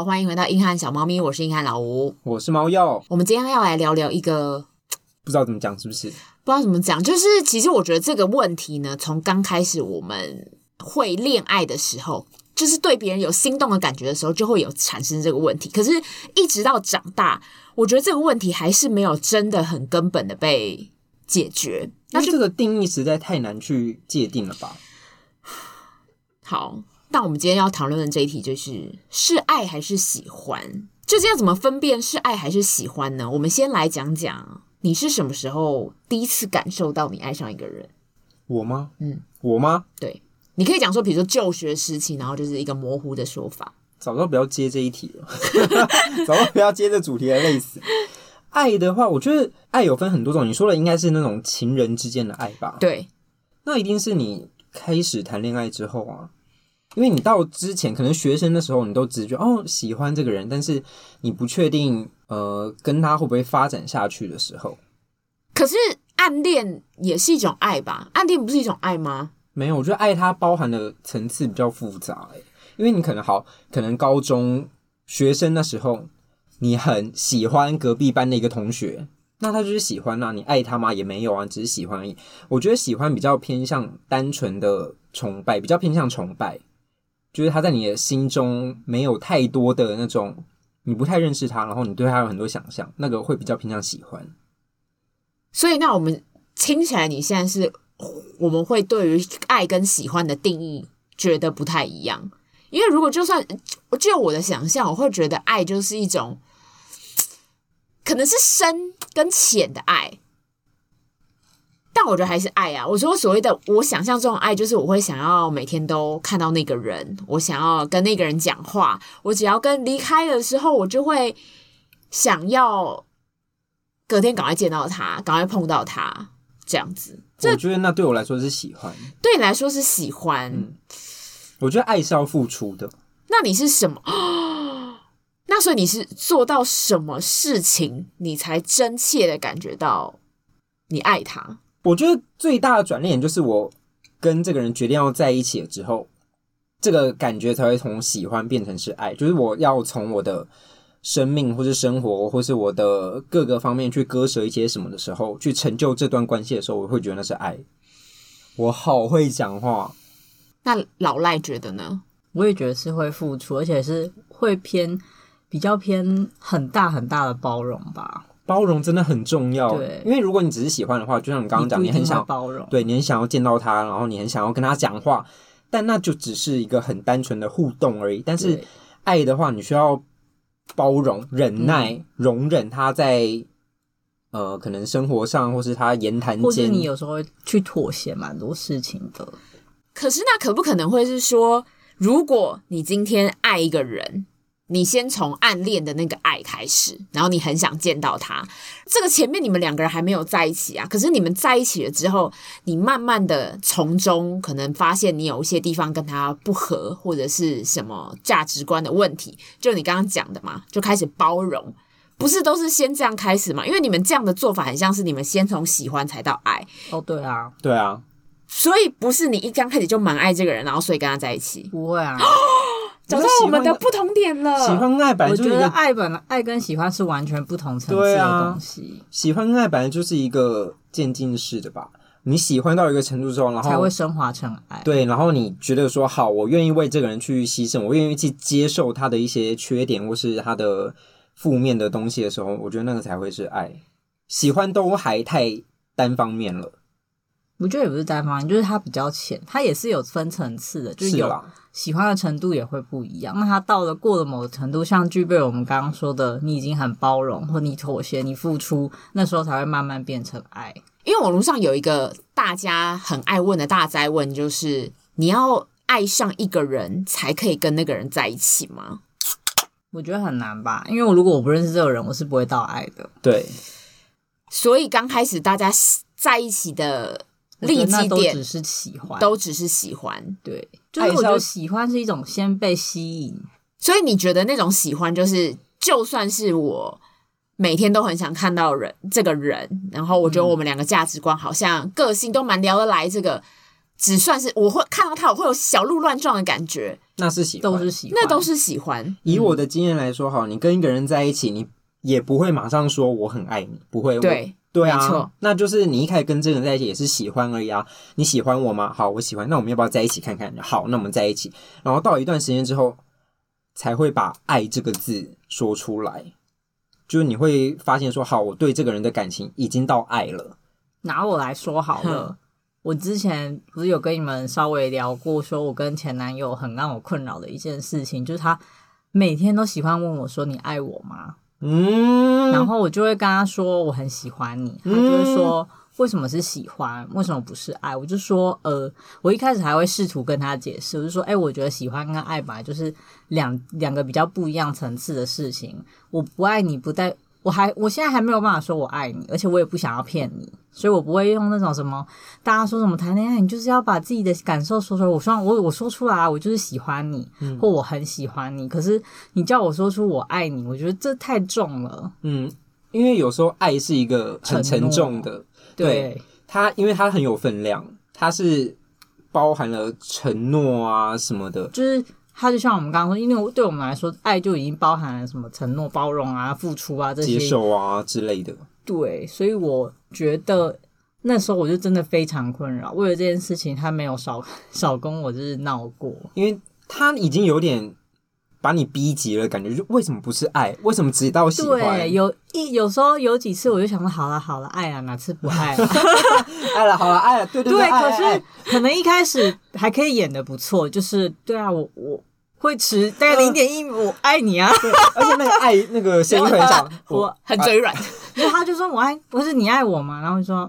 好，欢迎回到硬汉小猫咪，我是硬汉老吴， 我是猫药。 我们今天要来聊聊一个不知道怎么讲，是不是？ 不知道怎么讲，就是其实我觉得这个问题呢，从刚开始我们会恋爱的时候，就是对别人有心动的感觉的时候，就会有产生这个问题。可是，一直到长大，我觉得这个问题还是没有真的很根本的被解决。 那这个定义实在太难去界定了吧？ 好，那我们今天要讨论的这一题就是爱还是喜欢？究竟要怎么分辨是爱还是喜欢呢？我们先来讲讲，你是什么时候第一次感受到你爱上一个人？ 我吗？我吗？ 对，你可以讲说，比如说就学时期，然后就是一个模糊的说法。 早知道不要接这一题了，早知道不要接这主题了，累死。爱的话，我觉得爱有分很多种，你说的应该是那种情人之间的爱吧？ 对， 那一定是你开始谈恋爱之后啊，因为你到之前可能学生的时候，你都只觉得喜欢这个人，但是你不确定跟他会不会发展下去的时候。 可是暗恋也是一种爱吧？暗恋不是一种爱吗？ 没有，我觉得爱它包含的层次比较复杂因为你可能高中学生的时候，你很喜欢隔壁班的一个同学，那他就是喜欢啊，你爱他吗？也没有啊，只是喜欢而已。我觉得喜欢比较偏向单纯的崇拜，比较偏向崇拜，就是他在你的心中没有太多的那种，你不太认识他，然后你对他有很多想象，那个会比较偏向喜欢。 所以那我们听起来，你现在是我们会对于爱跟喜欢的定义觉得不太一样。因为如果就我的想象，我会觉得爱就是一种可能是深跟浅的爱，但我觉得还是爱啊。我说所谓的我想象中的爱，就是我会想要每天都看到那个人，我想要跟那个人讲话，我只要跟离开的时候，我就会想要隔天赶快见到他，赶快碰到他，这样子。 我觉得那对我来说是喜欢， 对你来说是喜欢。 我觉得爱是要付出的。 那你是什么？那所以你是做到什么事情，你才真切的感觉到你爱他？ 我觉得最大的转捩点就是我跟这个人决定要在一起了之后，这个感觉才会从喜欢变成是爱。就是我要从我的生命或是生活或是我的各个方面去割舍一些什么的时候，去成就这段关系的时候，我会觉得那是爱。我好会讲话。 那老赖觉得呢？ 我也觉得是会付出，而且是会比较偏很大很大的包容吧。 包容真的很重要， 对， 因为如果你只是喜欢的话，就像你刚刚讲，你很想包容， 对，你很想要见到他，然后你很想要跟他讲话，但那就只是一个很单纯的互动而已。但是爱的话，你需要包容、忍耐、容忍他在可能生活上或是他言谈间， 或是你有时候会去妥协蛮多事情的。 可是那可不可能会是说，如果你今天爱一个人，你先从暗恋的那个爱开始，然后你很想见到他，这个前面你们两个人还没有在一起啊，可是你们在一起了之后，你慢慢的从中可能发现你有一些地方跟他不合，或者是什么价值观的问题，就你刚刚讲的嘛，就开始包容，不是都是先这样开始嘛？因为你们这样的做法很像是你们先从喜欢才到爱。 对啊， 对啊， 所以不是你一刚开始就蛮爱这个人，然后所以跟他在一起。 不会啊。 找到我们的不同点了。 喜欢爱本来就是一个， 我觉得爱跟喜欢是完全不同层次的东西。 喜欢跟爱本来就是一个渐进式的吧。你喜欢到一个程度之后，然后才会升华成爱。 对，然后你觉得说好，我愿意为这个人去牺牲，我愿意去接受他的一些缺点或是他的负面的东西的时候，我觉得那个才会是爱。喜欢都还太单方面了。 我觉得也不是单方面，就是它比较浅，它也是有分层次的，就是有喜欢的程度也会不一样。那它过了某个程度，像具备我们刚刚说的，你已经很包容，或你妥协，你付出，那时候才会慢慢变成爱。 因为网络上有一个大家很爱问的大哉问，就是你要爱上一个人才可以跟那个人在一起吗？ 我觉得很难吧，因为如果我不认识这个人，我是不会到爱的。 对， 所以刚开始大家在一起的立基点都只是喜欢， 都只是喜欢。 对，就是我觉得喜欢是一种先被吸引。 所以你觉得那种喜欢就是就算是我每天都很想看到这个人，然后我觉得我们两个价值观好像个性都蛮聊得来，这只算是我会看到他，我会有小鹿乱撞的感觉， 那是喜欢， 都是喜欢， 那都是喜欢。 以我的经验来说，好，你跟一个人在一起，你也不会马上说我很爱你，不会。对啊， 没错， 那就是你一开始跟这个人在一起也是喜欢而已啊。你喜欢我吗？好，我喜欢，那我们要不要在一起看看？好，那我们在一起。然后到一段时间之后，才会把爱这个字说出来。就是你会发现说，好，我对这个人的感情已经到爱了。 拿我来说好了，我之前不是有跟你们稍微聊过，说我跟前男友很让我困扰的一件事情，就是他每天都喜欢问我说：“你爱我吗？”然后我就会跟他说我很喜欢你，他就会说为什么是喜欢，为什么不是爱？我就说我一开始还会试图跟他解释，我就说我觉得喜欢跟爱本来就是两个比较不一样层次的事情，我不爱你不代我现在还没有办法说我爱你，而且我也不想要骗你，所以我不会用那种什么大家说什么谈恋爱你就是要把自己的感受说出来，我说出来我就是喜欢你，或我很喜欢你，可是你叫我说出我爱你，我觉得这太重了。 因为有时候爱是一个很沉重的，对，因为它很有分量，它是包含了承诺啊什么的， 就是它就像我们刚刚说，因为对我们来说，爱就已经包含了什么承诺、包容啊、付出啊这些、 接受啊之类的。 对，所以我觉得那时候我就真的非常困扰，为了这件事情，他没有少跟我就是闹过， 因为他已经有点把你逼急了，感觉就为什么不是爱？为什么只到喜欢？ 对，有时候有几次我就想说，好了，爱啊，哪次不爱啊？ 爱了，好了，爱了，对， 对， 爱可是可能一开始还可以演得不错，就是对啊，我会迟大概0.1，我爱你啊， 而且那个爱那个声音很小， 我很嘴软， 然后他就说不是你爱我吗？然后我就说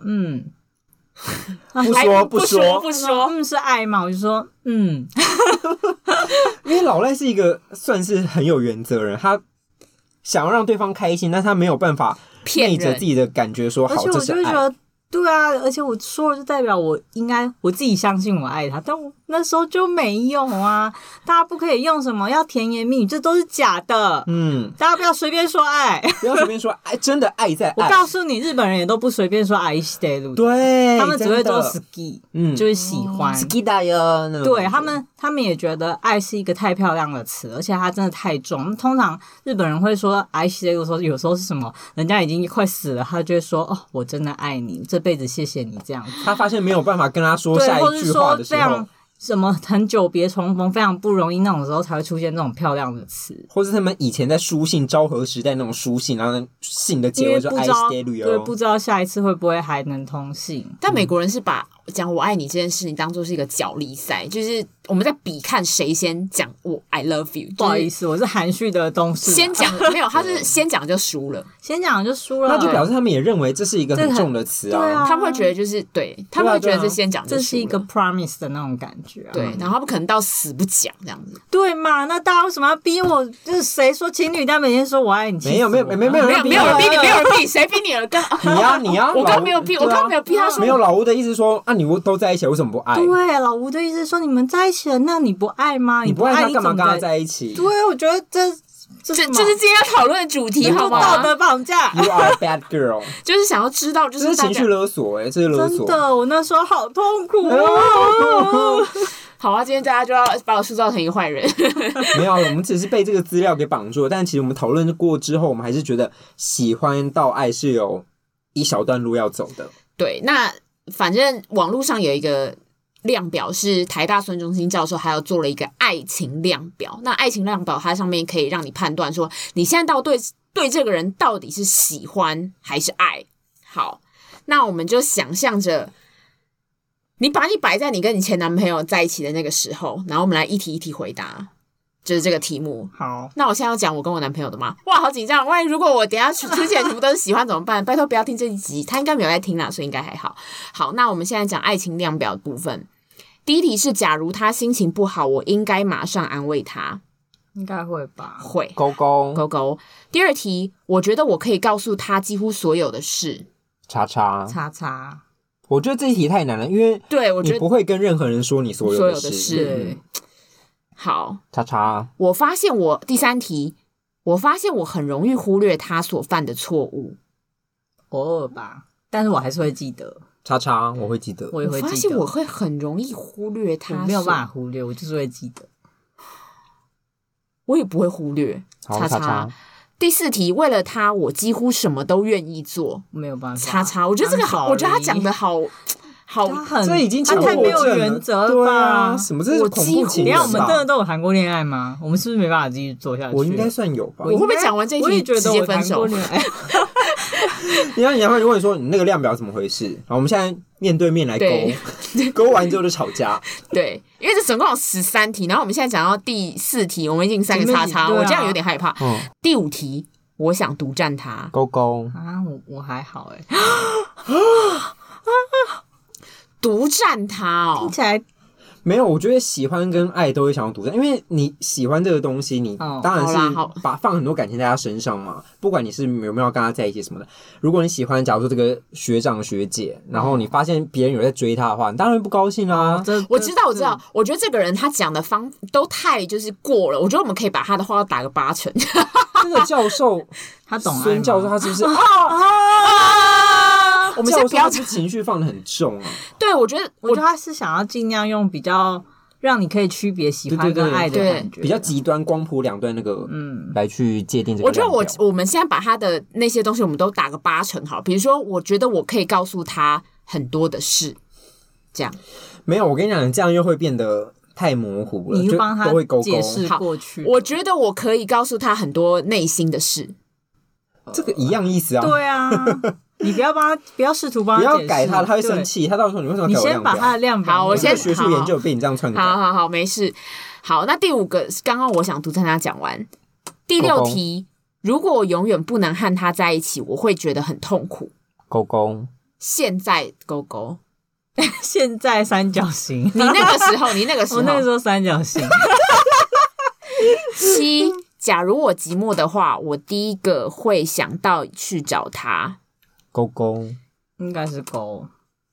不说， 是爱吗？我就说因为老赖是一个算是很有原则的人，他想要让对方开心，但他没有办法昧着自己的感觉说好，这是爱。 对啊，而且我说了就代表我自己相信我爱他，但我那时候就没有啊。大家不可以用什么要甜言蜜语，这都是假的。大家不要随便说爱， 不要随便说爱，真的爱在爱。 我告诉你，日本人也都不随便说愛してる， 对， 他们只会说好き，就是喜欢。 好きだよ， 对他们也觉得爱是一个太漂亮的词，而且它真的太重。通常日本人会说愛してる的时候，有时候是什么，人家已经快死了，他就会说我真的爱你，这辈子谢谢你这样子。 他发现没有办法跟他说下一句话的时候， 什么很久别重逢非常不容易那种时候才会出现那种漂亮的词， 或是他们以前在书信昭和时代那种书信，然後信的结尾就愛してるよ， 对，不知道下一次会不会还能通信。 但美国人是把讲我爱你这件事情当作是一个角力赛，就是我们在比看谁先讲我 I love you。 不好意思，我是含蓄的东西。 先讲没有，他是先讲就输了， 先讲就输了， 那就表示他们也认为这是一个很重的词啊。 他们会觉得就是对，他们会觉得是先讲就输了， 这是一个 promise 的那种感觉啊。 对，然后他们可能到死不讲这样子。 对嘛？那大家为什么要逼我？就是谁说情侣但每天说我爱你？ 没有人逼你， 没有人逼，谁逼你了？ 你啊！ 我刚没有逼，我刚没有逼他说。 没有，老吴的意思说啊，你都在一起，为什么不爱？ 对，老吴的意思是说你们在一起了，那你不爱吗？ 你不爱他干嘛跟他在一起？ 对，我觉得这是今天要讨论的主题，好吗？ 道德绑架。 You are a bad girl， 就是想要知道，就是这是情绪勒索这是勒索。 真的，我那时候好痛苦哦。 好啊，今天大家就要把我塑造成一个坏人。 没有，我们只是被这个资料给绑住了。但其实我们讨论过之后，我们还是觉得喜欢到爱是有一小段路要走的。 对，那反正网络上有一个量表是台大孙中兴教授还有做了一个爱情量表。那爱情量表它上面可以让你判断说你现在对这个人到底是喜欢还是爱。好，那我们就想象着你把你摆在你跟你前男朋友在一起的那个时候，然后我们来一题一题回答，就是这个题目。 好， 那我现在要讲我跟我男朋友的吗？哇，好紧张！万一如果我等一下出现全部都是喜欢怎么办？拜托不要听这一集，他应该没有在听啦，所以应该还好。好，那我们现在讲爱情量表的部分。第一题是，假如他心情不好，我应该马上安慰他。 应该会吧？ 会。 勾勾勾勾。第二题，我觉得我可以告诉他几乎所有的事。 叉叉叉叉。 我觉得这一题太难了，因为对我觉得你不会跟任何人说你所有的事。好， 叉叉。 第三题，我发现我很容易忽略他所犯的错误。 偶尔吧，但是我还是会记得。 叉叉我会记得。 我也会记得。 发现我会很容易忽略它， 我没有办法忽略，我就是会记得。 我也不会忽略叉叉。第4题，为了他，我几乎什么都愿意做。 没有办法。 叉叉，我觉得这个好，我觉得他讲的好， 这已经强迫症了， 他太没有原则了吧？ 对啊，什么这是恐怖情人吧？ 我们真的都有谈过恋爱吗？我们是不是没办法继续做下去？ 我应该算有吧。 我会不会讲完这一题直接分手？ 你要会问说你那个量表怎么回事？好，我们现在面对面来勾，勾完之后就吵架。 对，因为这总共有13题，然后我们现在讲到第4题，我们已经3个叉叉，我这样有点害怕。第5题，我想独占他， 勾勾啊，我还好独占他哦， 听起来没有，我觉得喜欢跟爱都会想要独占，因为你喜欢这个东西，你当然是放很多感情在他身上嘛。不管你是有没有跟他在一起什么的，如果你喜欢，假如说这个学长学姐，然后你发现别人有在追他的话，你当然会不高兴啊。 我知道，我觉得这个人他讲的方都太就是过了，我觉得我们可以把他的话打个80%。 这个教授他懂孙教授，他是不是我们先不要情绪放得很重啊。 对，我觉得他是想要尽量用比较让你可以区别喜欢跟爱的感觉， 比较极端光谱两端那个来去界定这个。 我觉得我们现在把他的那些东西我们都打个80%好，比如说我觉得我可以告诉他很多的事，这样。 没有，我跟你讲，这样又会变得太模糊了， 你就帮他解释好过去。 我觉得我可以告诉他很多内心的事， 这个一样意思啊。 对啊。你不要试图帮他解释， 不要改他，他会生气。他到时候你为什么改我量表？ 你先把他的量表。 好，我先学术研究被你这样篡改。 好，没事。好，那第5个刚刚我想独占他讲完。第6题，如果我永远不能和他在一起，我会觉得很痛苦。 勾勾， 现在勾勾， 现在三角形。 你那个时候， 我那个时候三角形。 7，假如我寂寞的话，我第一个会想到去找他。 勾勾， 应该是勾。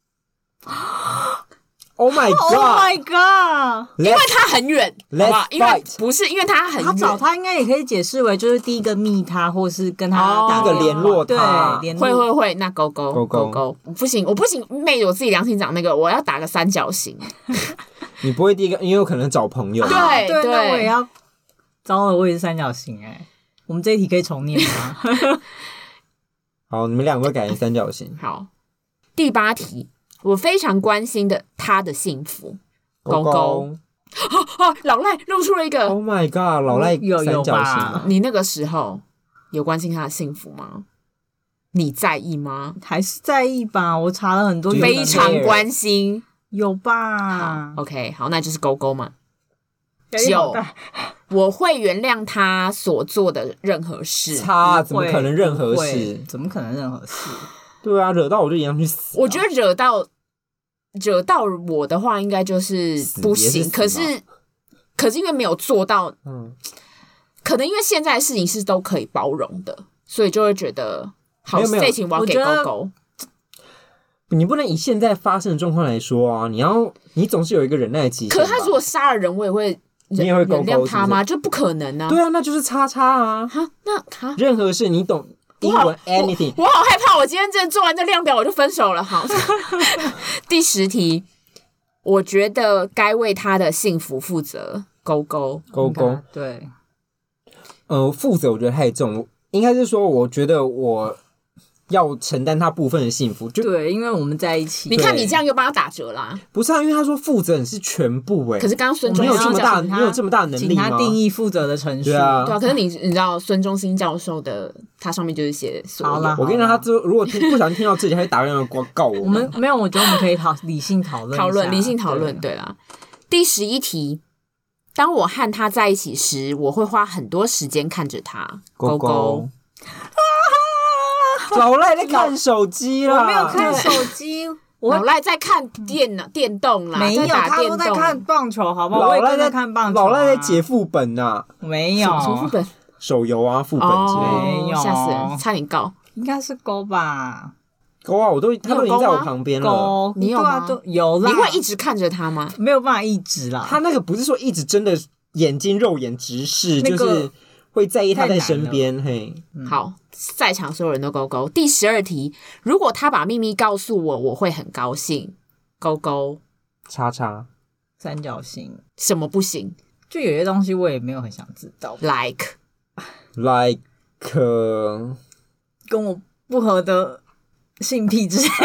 Oh my god! Oh my god! 因为他很远，好不好？因为不是因为他很远， 他找他应该也可以解释为就是第一个密他，或是跟他第一个联络他。 对， 会，那勾勾，不行，我不行，妹，我自己良心讲那个，我要打个三角形。 你不会第一个，因为有可能找朋友。 对， 那我也要。糟了，我也是三角形我们这一题可以重念吗？ 好，你们两个改成三角形。 好，第8题，我非常关心的他的幸福。勾勾。老赖露出了一个。 Oh my god！ 老赖三角形。 你那个时候有关心他的幸福吗？你在意吗？ 还是在意吧。我查了很多， 非常关心， 有吧 ？OK， 好，那就是勾勾嘛。9，我会原谅他所做的任何事。 怎么可能任何事？ 怎么可能任何事？ 对啊，惹到我就一样去死。 我觉得惹到我的话，应该就是不行。可是因为没有做到，可能因为现在的事情是都可以包容的，所以就会觉得好，这情我要给勾勾。 你不能以现在发生的状况来说啊！你总是有一个忍耐期。 可他如果杀了人，我也会。 你也会勾勾原谅他吗？就不可能啊！ 对啊，那就是叉叉啊！任何事你懂英文 anything。 我好害怕，我今天真的做完这量表我就分手了。好，第10题，我觉得该为他的幸福负责。勾勾。 对。 负责我觉得太重，应该是说，我觉得我要承担他部分的幸福。 对，因为我们在一起。 你看你这样又帮他打折啦。 不是啊，因为他说负责你是全部可是刚刚孙中你有这么大的能力吗？ 请他定义负责的程序。 对啊， 可是你知道孙中兴教授的，他上面就是写所有。 我跟你讲，他如果不小心听到这里，他会打电话告我。 我们没有，我觉得我们可以理性讨论， 理性讨论。对啦，第11题，当我和他在一起时，我会花很多时间看着他。勾勾。 老赖在看手机啦！ 我没有看手机， 老赖在看电动啦， 没有，他都在看棒球，好不好？ 老赖在看棒球， 老赖在解副本呐， 没有什么副本？ 手游啊，副本之类的， 没有， 吓死人，差点告， 应该是勾吧？ 勾啊，他都已经在我旁边了， 勾， 你有吗？ 有啦， 你会一直看着他吗？ 没有办法一直啦， 他那个不是说一直真的眼睛肉眼直视，就是会在意他在身边。嘿， 好，在场所有人都勾勾。第12题，如果他把秘密告诉我，我会很高兴。勾勾。 叉叉。 三角形。 什么不行？ 就有些东西我也没有很想知道 ，like 跟我不合的性癖之类的。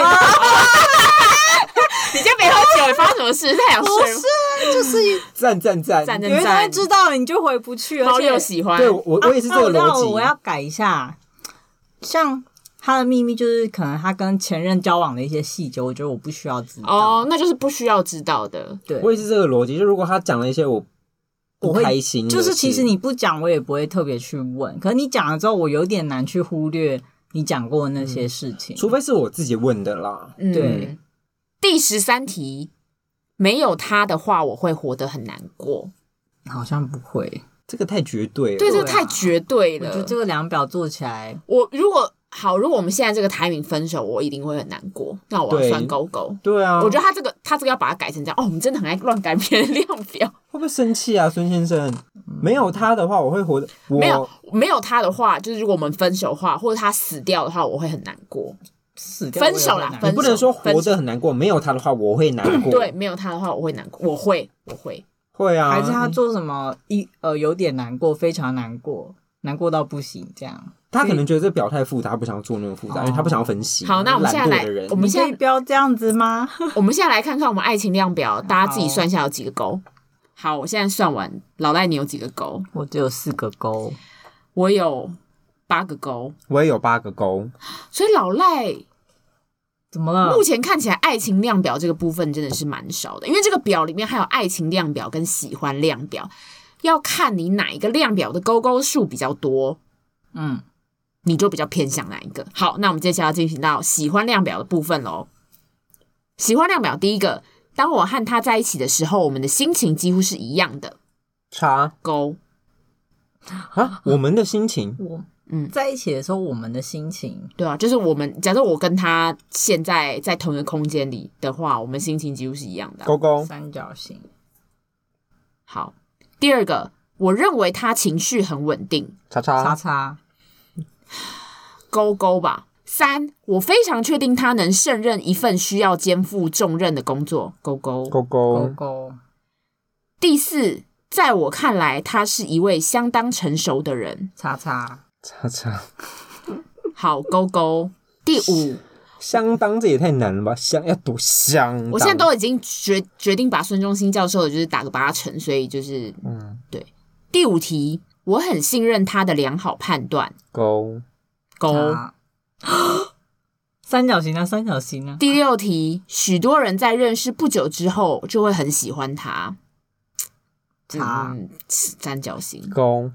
你今天没喝酒，你发生什么事？太想睡了。 就是赞， 有些东西知道了你就回不去， 猫六喜欢。 对我也是这个逻辑。 我要改一下，像他的秘密就是可能他跟前任交往的一些细节，我觉得我不需要知道。 哦，那就是不需要知道的。 对， 我也是这个逻辑。就如果他讲了一些我不开心的事， 就是其实你不讲，我也不会特别去问。可是你讲了之后，我有点难去忽略你讲过的那些事情， 除非是我自己问的啦。 对。 第13题，没有他的话，我会活得很难过。 好像不会， 这个太绝对了。 对，这个太绝对了。 我觉得这个量表做起来， 如果我们现在这个台名分手，我一定会很难过。那我要算勾勾。 对啊， 我觉得他这个要把它改成这样。我们真的很爱乱改别人的量表。 会不会生气啊，孙先生？没有他的话，我会活得没有他的话，就是如果我们分手的话，或者他死掉的话，我会很难过。 死掉分手啦， 你不能说活得很难过。没有他的话，我会难过。 对，没有他的话，我会难过。我会啊。 还是他做什么有点难过，非常难过，难过到不行这样。 他可能觉得这表太复杂，他不想做那么复杂，因为他不想要分析。 好，那我们现在来，我们现在不要这样子吗？ 我们现在来看看我们爱情量表，大家自己算一下有几个勾。好，我现在算完，老赖你有几个勾？ 我只有4个勾， 我有8个勾， 我也有8个勾， 所以老赖怎么了？ 目前看起来爱情量表这个部分真的是蛮少的，因为这个表里面还有爱情量表跟喜欢量表，要看你哪一个量表的勾勾数比较多，你就比较偏向哪一个。好，那我们接下来要进行到喜欢量表的部分咯。喜欢量表第一个，当我和他在一起的时候，我们的心情几乎是一样的。 叉勾啊，我们的心情， 在一起的时候，我们的心情， 对啊，就是我们假设我跟他现在在同一个空间里的话，我们心情几乎是一样的。 勾勾三角形。 好，第二个，我认为他情绪很稳定。 叉叉叉叉。 勾勾吧。3，我非常确定他能胜任一份需要肩负重任的工作。勾勾勾勾勾。 第4，在我看来，他是一位相当成熟的人。 叉叉叉叉。 好，勾勾。第5， 相当这也太难了吧？要多相当？ 我现在都已经决定把孙中兴教授的就是打个8成，所以就是对。第5题，我很信任他的良好判断。 勾勾。 三角形啊，三角形啊。 第6题，许多人在认识不久之后就会很喜欢他。三角形。 勾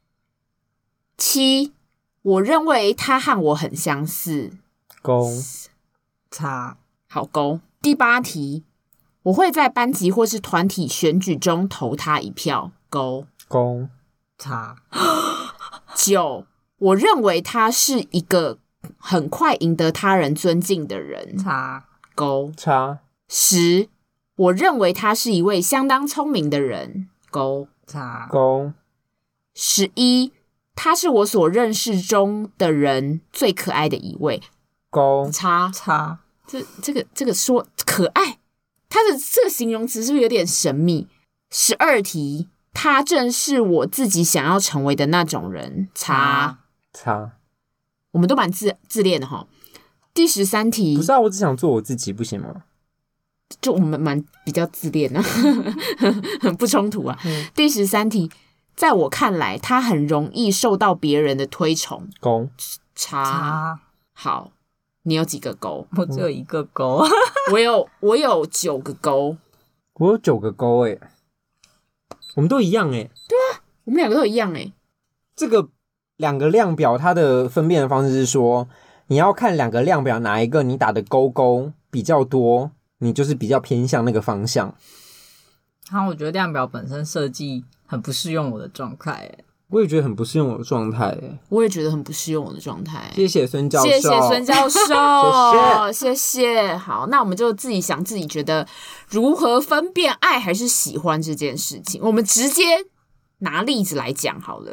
7，我认为他和我很相似。 勾叉。 好勾。第8题，我会在班级或是团体选举中投他一票。勾勾叉。 9，我认为他是一个很快赢得他人尊敬的人。 叉。 勾叉。 10，我认为他是一位相当聪明的人。勾叉。 勾 11，他是我所认识中的人最可爱的一位。 勾叉。 叉。 这个说可爱，他的这个形容词是不是有点神秘？12题，他正是我自己想要成为的那种人。叉。我们都蛮自恋的齁。第13题， 不是啊，我只想做我自己，不行吗？ 就我们蛮比较自恋的，很不冲突啊。第13题，在我看来，他很容易受到别人的推崇。 勾叉。好，你有几个勾？ 我只有1个勾。 我有9个勾。 我有9个勾欸。我们都一样欸。 对啊，我们2个都一样欸。 这个2个量表它的分辨的方式是说，你要看2个量表哪一个你打的勾勾比较多，你就是比较偏向那个方向。 然后我觉得量表本身设计很不适用我的状态欸。 我也觉得很不适用我的状态欸。 我也觉得很不适用我的状态。 谢谢孙教授。 谢谢孙教谢授。谢谢。好，那我们就自己想自己觉得如何分辨爱还是喜欢这件事情。我们直接拿例子来讲好了。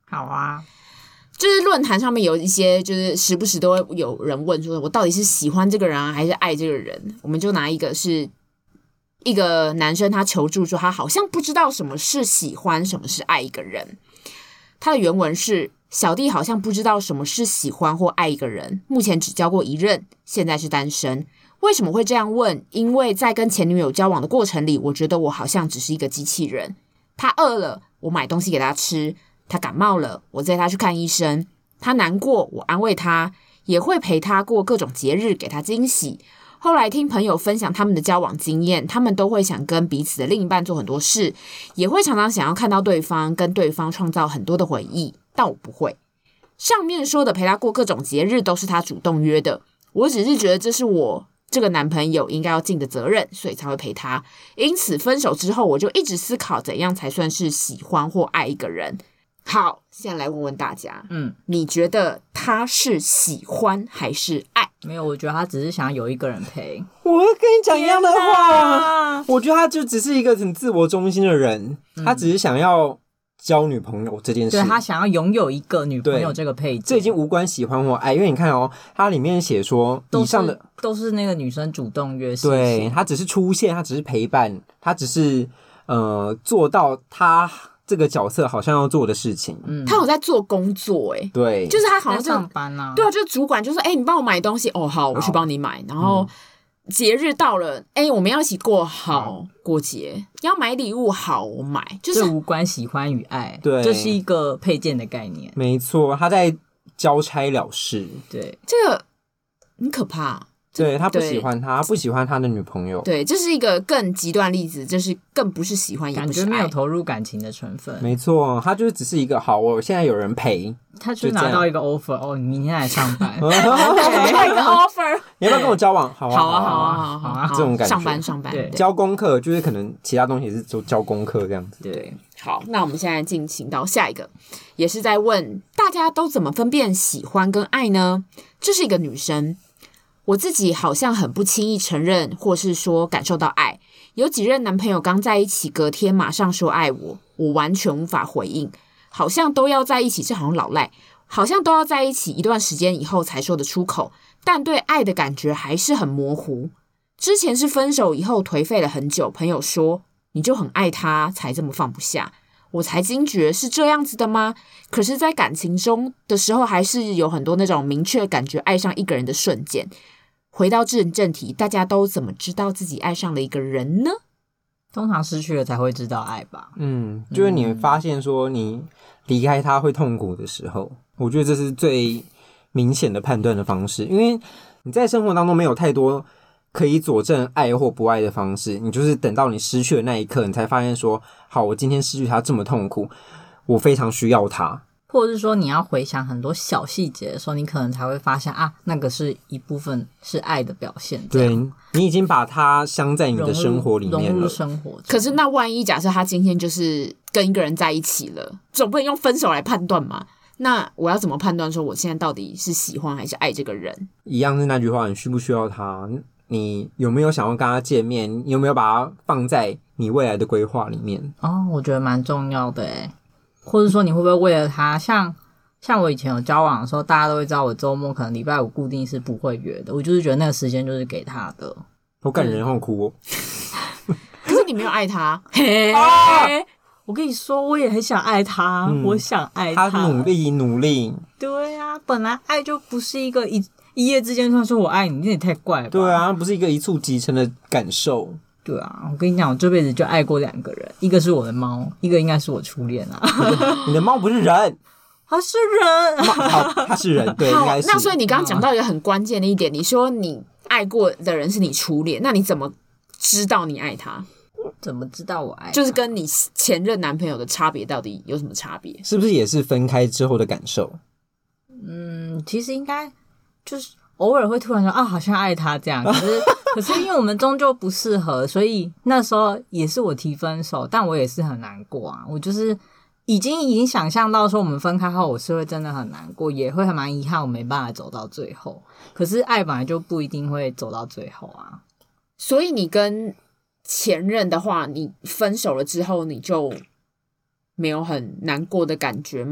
好啊， 就是论坛上面有一些，就是时不时都会有人问说，我到底是喜欢这个人啊，还是爱这个人？我们就拿一个是一个男生他求助说，他好像不知道什么是喜欢，什么是爱一个人。他的原文是：小弟好像不知道什么是喜欢或爱一个人，目前只交过一任，现在是单身。为什么会这样问？因为在跟前女友交往的过程里，我觉得我好像只是一个机器人。他饿了，我买东西给他吃；他感冒了，我载他去看医生；他难过，我安慰他，也会陪他过各种节日，给他惊喜。后来听朋友分享他们的交往经验，他们都会想跟彼此的另一半做很多事，也会常常想要看到对方，跟对方创造很多的回忆，但我不会。上面说的陪他过各种节日都是他主动约的，我只是觉得这是我这个男朋友应该要尽的责任，所以才会陪他。因此分手之后，我就一直思考怎样才算是喜欢或爱一个人。好，现在来问问大家，你觉得他是喜欢还是爱？ 没有，我觉得他只是想有一个人陪。 我跟你讲一样的话，我觉得他就只是一个很自我中心的人，他只是想要交女朋友这件事， 对，他想要拥有一个女朋友这个配置， 这已经无关喜欢或爱，因为你看哦，它里面写说以上的都是那个女生主动约事情， 对，他只是出现，他只是陪伴，他只是做到他这个角色好像要做的事情。 他有在做工作欸， 对， 就是他好像在上班啊， 对啊，就是主管就说，你帮我买东西，好，我去帮你买，然后节日到了，我们要一起过好过节，要买礼物，好，我买，就是这无关喜欢与爱， 对， 这是一个配件的概念， 没错，他在交差了事， 对， 这个很可怕。 对，他不喜欢他不喜欢他的女朋友， 对，这是一个更极端例子，就是更不是喜欢，也不是爱， 感觉没有投入感情的成分。 没错，他就只是一个好，我现在有人陪， 他就拿到一个 offer，你明天来上班， 一个 offer， 你要不要跟我交往？好啊， 这种感觉， 上班， 对， 交功课就是可能其他东西也是做交功课这样子。 对，好，那我们现在进行到下一个，也是在问大家都怎么分辨喜欢跟爱呢？这是一个女生。我自己好像很不轻易承认，或是说感受到爱。有几任男朋友刚在一起，隔天马上说爱我，我完全无法回应。好像都要在一起，这好像老赖，好像都要在一起一段时间以后才说得出口，但对爱的感觉还是很模糊。之前是分手以后颓废了很久，朋友说你就很爱他，才这么放不下。我才惊觉是这样子的吗？可是在感情中的时候，还是有很多那种明确感觉爱上一个人的瞬间。回到正题，大家都怎么知道自己爱上了一个人呢？ 通常失去了才会知道爱吧。 就是你发现说你离开他会痛苦的时候，我觉得这是最明显的判断的方式。因为你在生活当中没有太多可以佐证爱或不爱的方式，你就是等到你失去的那一刻，你才发现说，好，我今天失去他这么痛苦，我非常需要他。 或者是说你要回想很多小细节的时候，你可能才会发现那个是一部分是爱的表现。 对，你已经把它镶在你的生活里面了， 融入生活。 可是那万一假设他今天就是跟一个人在一起了，总不能用分手来判断嘛？那我要怎么判断说我现在到底是喜欢还是爱这个人？ 一样是那句话，你需不需要他？你有没有想要跟他见面？你有没有把他放在你未来的规划里面？ 我觉得蛮重要的耶。或者说你会不会为了他，像我以前有交往的时候，大家都会知道我周末可能礼拜五固定是不会约的，我就是觉得那个时间就是给他的。 好感人，好哭哦。 可是你没有爱他， 我跟你说，我也很想爱他，我想爱他， 他努力。 对啊，本来爱就不是一个一夜之间突然说我爱你，那也太怪了吧。 对啊，不是一个一触即成的感受。 对啊，我跟你讲，我这辈子就爱过2个人，一个是我的猫，一个应该是我初恋啊。 你的猫不是人， 它是人， 好，它是人，对，应该是。 那所以你刚刚讲到一个很关键的一点，你说你爱过的人是你初恋，那你怎么知道你爱他？ 怎么知道我爱他？ 就是跟你前任男朋友的差别到底有什么差别？ 是不是也是分开之后的感受？ 其实应该就是偶尔会突然说好像爱他这样，可是因为我们终究不适合，所以那时候也是我提分手，但我也是很难过啊。我就是已经想象到说我们分开后，我是会真的很难过，也会蛮遗憾我没办法走到最后。可是爱本来就不一定会走到最后啊。 所以你跟前任的话，你分手了之后，你就没有很难过的感觉吗？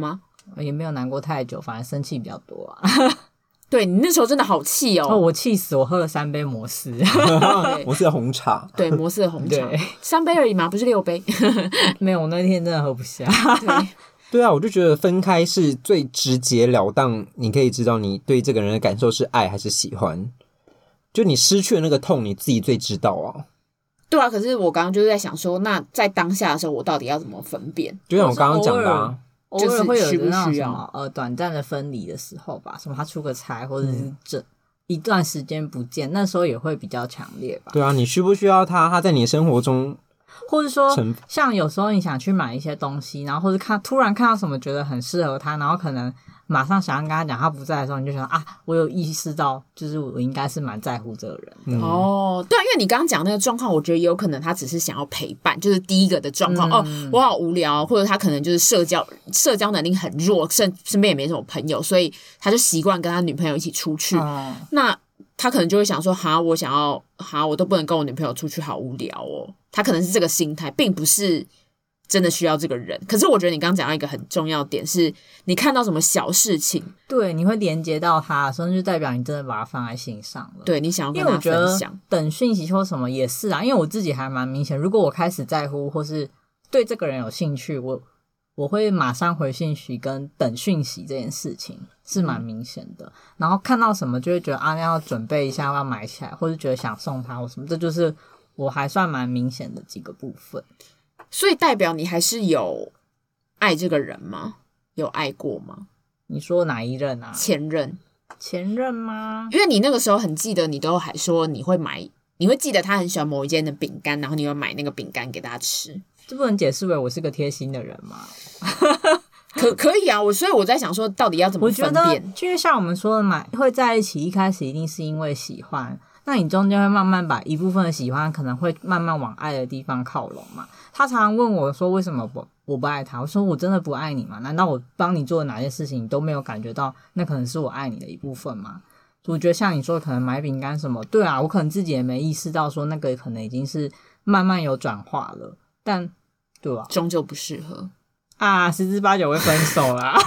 也没有难过太久，反正生气比较多啊。 对，你那时候真的好气哦！ 我气死，我喝了3杯摩斯。 摩斯的红茶， 对，摩斯的红茶，3杯而已嘛，不是6杯。 没有，我那天真的喝不下。 对啊，我就觉得分开是最直截了当，你可以知道你对这个人的感受是爱还是喜欢。就你失去了那个痛，你自己最知道啊。 对啊，可是我刚刚就是在想说，那在当下的时候，我到底要怎么分辨？ 就像我刚刚讲的啊。 偶尔会有那种什么短暂的分离的时候吧，什么他出个差或者是一段时间不见，那时候也会比较强烈吧。 对啊，你需不需要他在你的生活中， 或者说像有时候你想去买一些东西，然后或者突然看到什么觉得很适合他，然后可能马上想要跟他讲他不在的时候，你就想啊，我有意识到就是我应该是蛮在乎这个人的。 哦，对啊，因为你刚刚讲那个状况，我觉得也有可能他只是想要陪伴，就是第一个的状况。我好无聊，或者他可能就是社交能力很弱，身边也没什么朋友，所以他就习惯跟他女朋友一起出去。那他可能就会想说，我都不能跟我女朋友出去，好无聊哦。他可能是这个心态，并不是真的需要这个人。可是我觉得你刚刚讲到一个很重要的点是，你看到什么小事情， 对，你会连接到他的时候，就代表你真的把他放在心上了。 对，你想要跟他分享。因为我觉得等讯息或什么也是啊，因为我自己还蛮明显，如果我开始在乎或是对这个人有兴趣，我会马上回讯息跟等讯息这件事情是蛮明显的。然后看到什么就会觉得啊，要准备一下，要买起来，或是觉得想送他或什么，这就是我还算蛮明显的几个部分。 所以代表你还是有爱这个人吗？有爱过吗？ 你说哪一任啊？ 前任吗？因为你那个时候很记得，你都还说你会记得他很喜欢某一间的饼干，然后你会买那个饼干给他吃。 这不能解释为我是个贴心的人吗？ 可以啊，所以我在想说，到底要怎么分辨？ 我觉得就是像我们说的会在一起，一开始一定是因为喜欢，那你中间会慢慢把一部分的喜欢可能会慢慢往爱的地方靠拢嘛。他常常问我说为什么我不爱他，我说我真的不爱你吗？难道我帮你做的哪件事情你都没有感觉到那可能是我爱你的一部分吗？我觉得像你说可能买饼干什么，对啊，我可能自己也没意识到说那个可能已经是慢慢有转化了，但对啊， 终究不适合啊，10之8九会分手啦。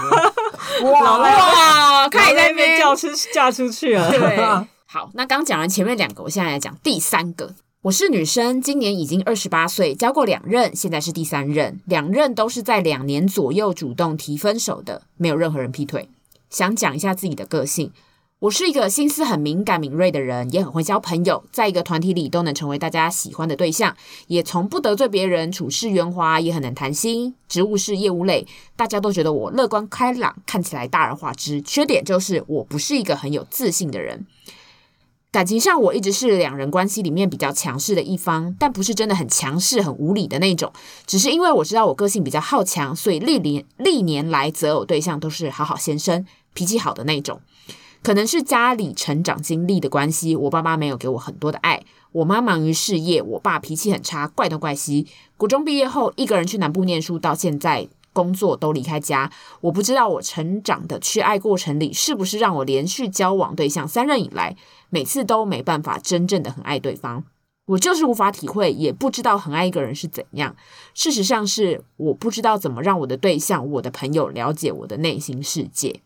哇，看你在那边嫁出去了。 对，好，那刚讲完前面2个，我现在来讲第3个。我是女生，今年已经28岁，交过2任，现在是第3任，2任都是在2年左右主动提分手的，没有任何人劈腿。想讲一下自己的个性。我是一个心思很敏感敏锐的人，也很会交朋友，在一个团体里都能成为大家喜欢的对象，也从不得罪别人，处事圆滑，也很能谈心。职务是业务类，大家都觉得我乐观开朗，看起来大而化之。缺点就是我不是一个很有自信的人。感情上我一直是2人关系里面比较强势的一方，但不是真的很强势很无理的那种，只是因为我知道我个性比较好强，所以历年来择偶对象都是好好先生，脾气好的那种。可能是家里成长经历的关系，我爸妈没有给我很多的爱，我妈忙于事业，我爸脾气很差，怪东怪西。国中毕业后一个人去南部念书，到现在工作都离开家，我不知道我成长的去爱过程里是不是让我连续交往对象3任以来，每次都没办法真正的很爱对方。我就是无法体会，也不知道很爱一个人是怎样。事实上是我不知道怎么让我的对象、我的朋友了解我的内心世界。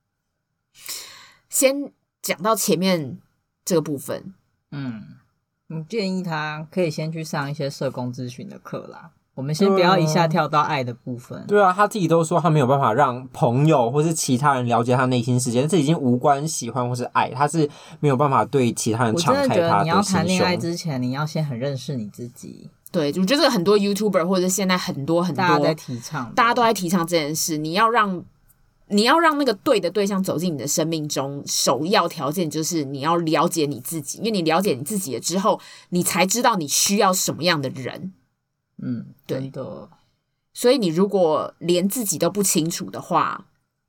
先讲到前面这个部分， 你建议他可以先去上一些社工咨询的课啦。我们先不要一下跳到爱的部分。 对啊，他自己都说他没有办法让朋友或是其他人了解他内心世界，这已经无关喜欢或是爱，他是没有办法对其他人敞开他的心胸。我真的觉得你要谈恋爱之前，你要先很认识你自己。 对，我觉得很多 YouTuber 或者现在很多大家在提倡， 大家都在提倡这件事。你要让那个对的对象走进你的生命中，首要条件就是你要了解你自己，因为你了解你自己了之后，你才知道你需要什么样的人。对真的。 所以你如果连自己都不清楚的话，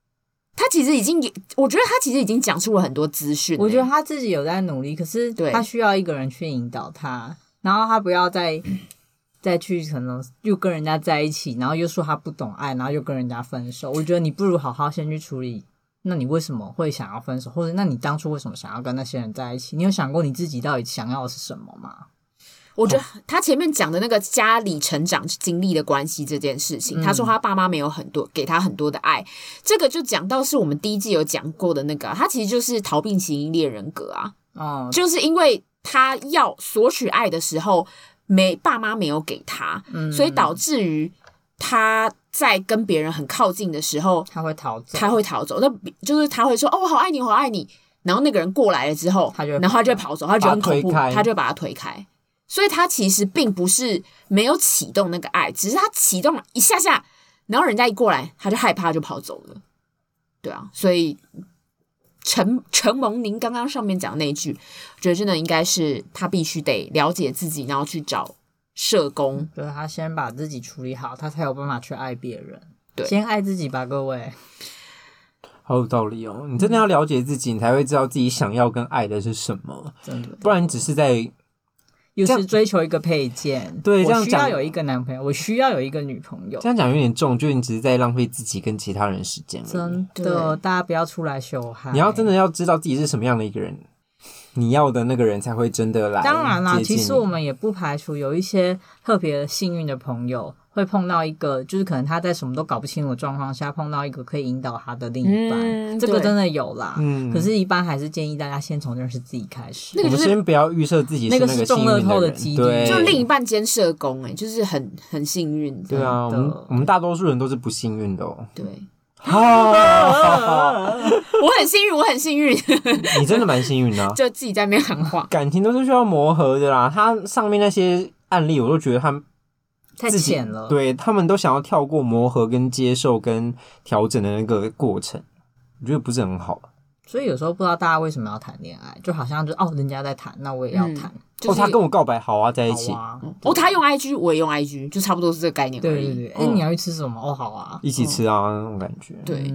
我觉得他其实已经讲出了很多资讯。 我觉得他自己有在努力，可是他需要一个人去引导他，然后他不要再去可能又跟人家在一起，然后又说他不懂爱，然后又跟人家分手。我觉得你不如好好先去处理，那你为什么会想要分手，或者那你当初为什么想要跟那些人在一起？你有想过你自己到底想要的是什么吗？ 我觉得他前面讲的那个家里成长经历的关系这件事情，他说他爸妈没有给他很多的爱，这个就讲到是我们第一季有讲过的那个，他其实就是逃避型依恋人格啊，就是因为他要索取爱的时候，爸妈没有给他，所以导致于他在跟别人很靠近的时候， 他会逃走， 那就是他会说哦，我好爱你，我好爱你，然后那个人过来了之后，然后他就会跑走，他就很恐怖，他就会把他推开。所以他其实并不是没有启动那个爱，只是他启动了一下下，然后人家一过来，他就害怕就跑走了。对啊，所以承蒙您刚刚上面讲那一句，我觉得真的应该是他必须得了解自己，然后去找社工。 就是他先把自己处理好，他才有办法去爱别人。 对， 先爱自己吧，各位。 好有道理哦！你真的要了解自己，你才会知道自己想要跟爱的是什么。 真的， 不然你只是在又是追求一个配件。 对，这样讲我需要有一个男朋友，我需要有一个女朋友。 这样讲有点重，就是你只是在浪费自己跟其他人时间而已。 真的，大家不要出来秀害。 你要真的要知道自己是什么样的一个人，你要的那个人才会真的来。 当然啦，其实我们也不排除有一些特别幸运的朋友。会碰到一个，就是可能他在什么都搞不清楚的状况下，碰到一个可以引导他的另一半，这个真的有啦。可是，一般还是建议大家先从认识自己开始。 我们先不要预设自己是那个中乐透的几率， 就另一半兼社工，就是很幸运。 对啊，我们大多数人都是不幸运的哦。 对， 我很幸运， 你真的蛮幸运的， 就自己在那边喊话。 感情都是需要磨合的啦，他上面那些案例，我都觉得他太浅了， 对，他们都想要跳过磨合跟接受跟调整的那个过程，我觉得不是很好。 所以有时候不知道大家为什么要谈恋爱，就好像人家在谈，那我也要谈。 他跟我告白，好啊，在一起。 他用 IG， 我也用 IG， 就差不多是这个概念而已。 对，你要去吃什么？好啊， 一起吃啊，那种感觉。 对，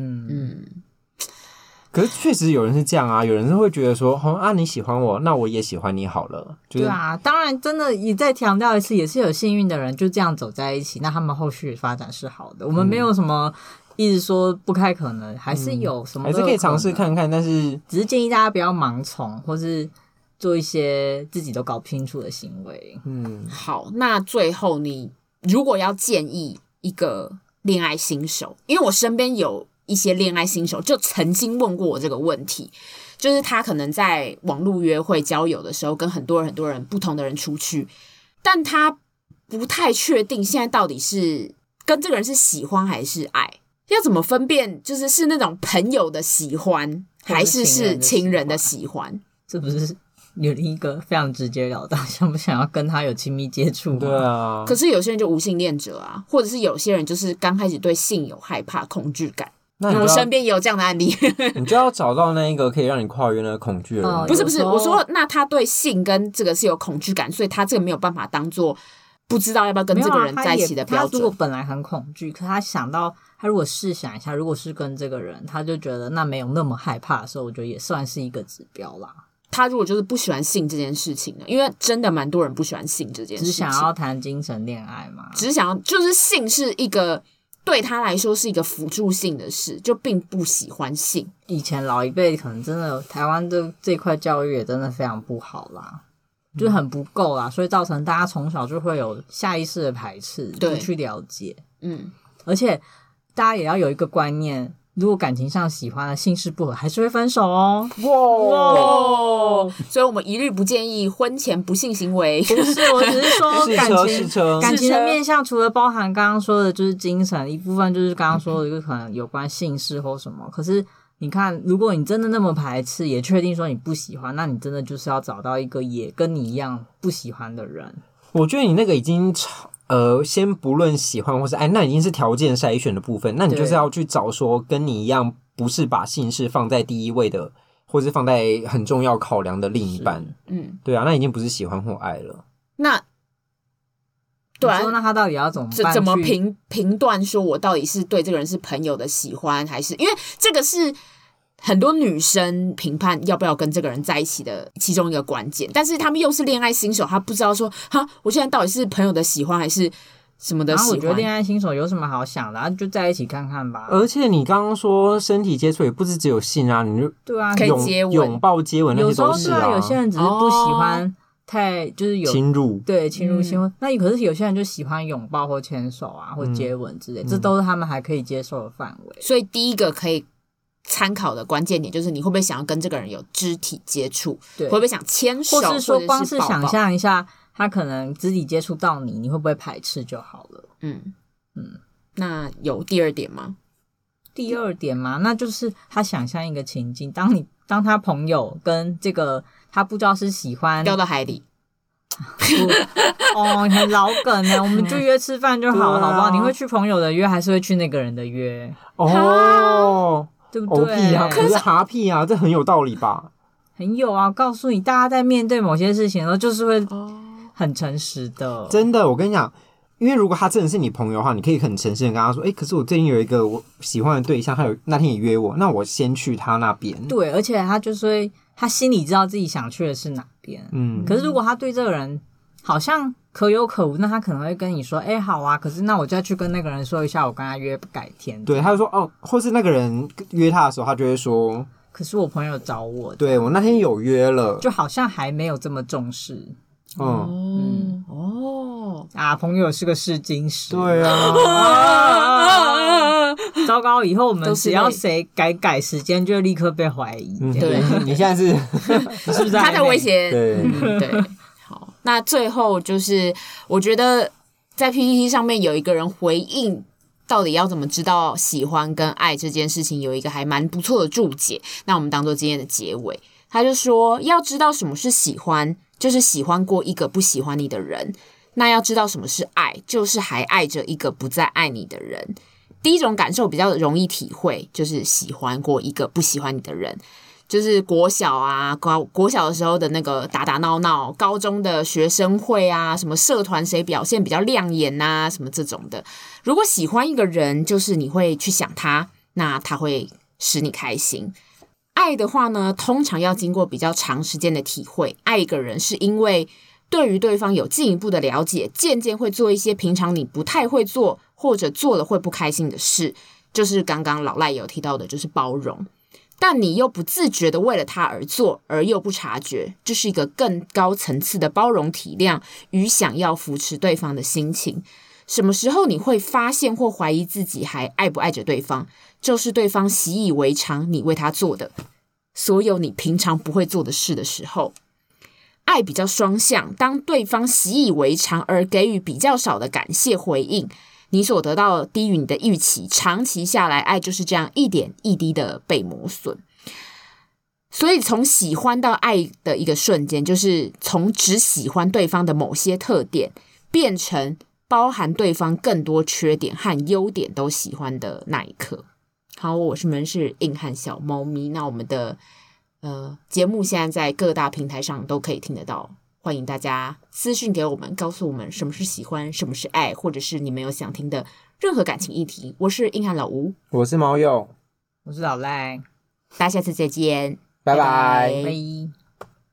可是确实有人是这样啊，有人是会觉得说，你喜欢我，那我也喜欢你好了。 对啊，当然真的也再强调一次，也是有幸运的人就这样走在一起，那他们后续发展是好的。我们没有什么一直说不太可能，还是有什么还是可以尝试看看，但是只是建议大家不要盲从，或是做一些自己都搞不清楚的行为。 好，那最后你如果要建议一个恋爱新手，因为我身边有一些恋爱新手就曾经问过我这个问题，就是他可能在网络约会交友的时候跟很多人不同的人出去，但他不太确定现在到底是跟这个人是喜欢还是爱，要怎么分辨，就是是那种朋友的喜欢还是情人的喜欢。 这不是有另一个非常直截了当，想不想要跟他有亲密接触吗？ 对啊， 可是有些人就无性恋者啊，或者是有些人就是刚开始对性有害怕恐惧感，我身边也有这样的案例。 你就要找到那一个可以让你跨越那个恐惧的人。 不是，我说那他对性跟这个是有恐惧感，所以他这个没有办法当做不知道要不要跟这个人在一起的标准。 他如果本来很恐惧，可他想到他如果试想一下，如果是跟这个人，他就觉得那没有那么害怕的时候，我觉得也算是一个指标啦。 他如果就是不喜欢性这件事情呢？因为真的蛮多人不喜欢性这件事情， 只想要谈精神恋爱嘛， 只想要就是性是一个对他来说是一个辅助性的事，就并不喜欢性。 以前老一辈可能真的台湾的这块教育也真的非常不好啦，就是很不够啦，所以造成大家从小就会有下意识的排斥，不去了解。而且大家也要有一个观念，如果感情上喜欢的性事不合，还是会分手哦。 哇！所以我们一律不建议婚前不性行为。 不是，我只是说感情的面向，除了包含刚刚说的就是精神一部分，就是刚刚说的就可能有关性事或什么。可是你看，如果你真的那么排斥，也确定说你不喜欢，那你真的就是要找到一个也跟你一样不喜欢的人。 我觉得你那个已经先不论喜欢或是爱，那已经是条件筛选的部分，那你就是要去找说跟你一样不是把性事放在第一位的，或是放在很重要考量的另一半。对啊，那已经不是喜欢或爱了。 那对啊， 那他到底要怎么办？ 怎么评断说我到底是对这个人是朋友的喜欢，还是因为这个是很多女生评判要不要跟这个人在一起的其中一个关键，但是他们又是恋爱新手，他不知道说我现在到底是朋友的喜欢还是什么的喜欢。 我觉得恋爱新手有什么好想的就在一起看看吧。 而且你刚刚说身体接触也不是只有性啊，你就对啊， 可以接吻、 拥抱、接吻那些都是有时候有些人只是不喜欢太就是有侵入， 对侵入性。那可是有些人就喜欢拥抱或牵手啊，或接吻之类，这都是他们还可以接受的范围。 所以第一个可以参考的关键点就是你会不会想要跟这个人有肢体接触，会不会想牵手， 或是说光是是想象一下他可能肢体接触到你会不会排斥就好了。 那有第二点吗？ 第二点嘛，那就是他想象一个情境，当他朋友跟这个他不知道是喜欢掉到海里。 很老梗呢，我们就约吃饭就好了，好不好？你会去朋友的约，还是会去那个人的约？对不对？ 屁啊，可是哈屁啊，这很有道理吧？ 很有啊，告诉你，大家在面对某些事情的时候，就是会很诚实的。 真的，我跟你讲，因为如果他真的是你朋友的话，你可以很诚实的跟他说，可是我最近有一个我喜欢的对象，那天也约我，那我先去他那边。 对，而且他就是会，他心里知道自己想去的是哪边。可是如果他对这个人好像可有可无，那他可能会跟你说，好啊，可是那我就要去跟那个人说一下，我跟他约改天。 对，他就说或是那个人约他的时候，他就会说， 可是我朋友找我， 对，我那天有约了， 就好像还没有这么重视。朋友是个试金石。 对啊， 糟糕，以后我们只要谁改时间，就立刻被怀疑。 对， 你现在是是不是他在威胁？ 对。 好，那最后就是我觉得在 PTT 上面有一个人回应到底要怎么知道喜欢跟爱这件事情，有一个还蛮不错的注解，那我们当做今天的结尾。他就说，要知道什么是喜欢，就是喜欢过一个不喜欢你的人，那要知道什么是爱，就是还爱着一个不再爱你的人。第一种感受比较容易体会，就是喜欢过一个不喜欢你的人，就是国小啊，国小的时候的那个打打闹闹，高中的学生会啊，什么社团谁表现比较亮眼啊，什么这种的。如果喜欢一个人，就是你会去想他，那他会使你开心。爱的话呢，通常要经过比较长时间的体会。爱一个人是因为对于对方有进一步的了解，渐渐会做一些平常你不太会做，或者做了会不开心的事，就是刚刚老赖有提到的，就是包容。但你又不自觉的为了他而做，而又不察觉，这是一个更高层次的包容体谅与想要扶持对方的心情。什么时候你会发现或怀疑自己还爱不爱着对方，就是对方习以为常你为他做的所有你平常不会做的事的时候。爱比较双向，当对方习以为常而给予比较少的感谢回应，你所得到的低于你的预期，长期下来，爱就是这样一点一滴的被磨损。所以从喜欢到爱的一个瞬间，就是从只喜欢对方的某些特点，变成包含对方更多缺点和优点都喜欢的那一刻。好，我是门市硬汉小猫咪。那我们的节目现在在各大平台上都可以听得到，欢迎大家私讯给我们，告诉我们什么是喜欢，什么是爱，或者是你们有想听的任何感情议题。我是硬汉老吴， 我是猫友， 我是老赖， 大家下次再见， 拜拜。 拜。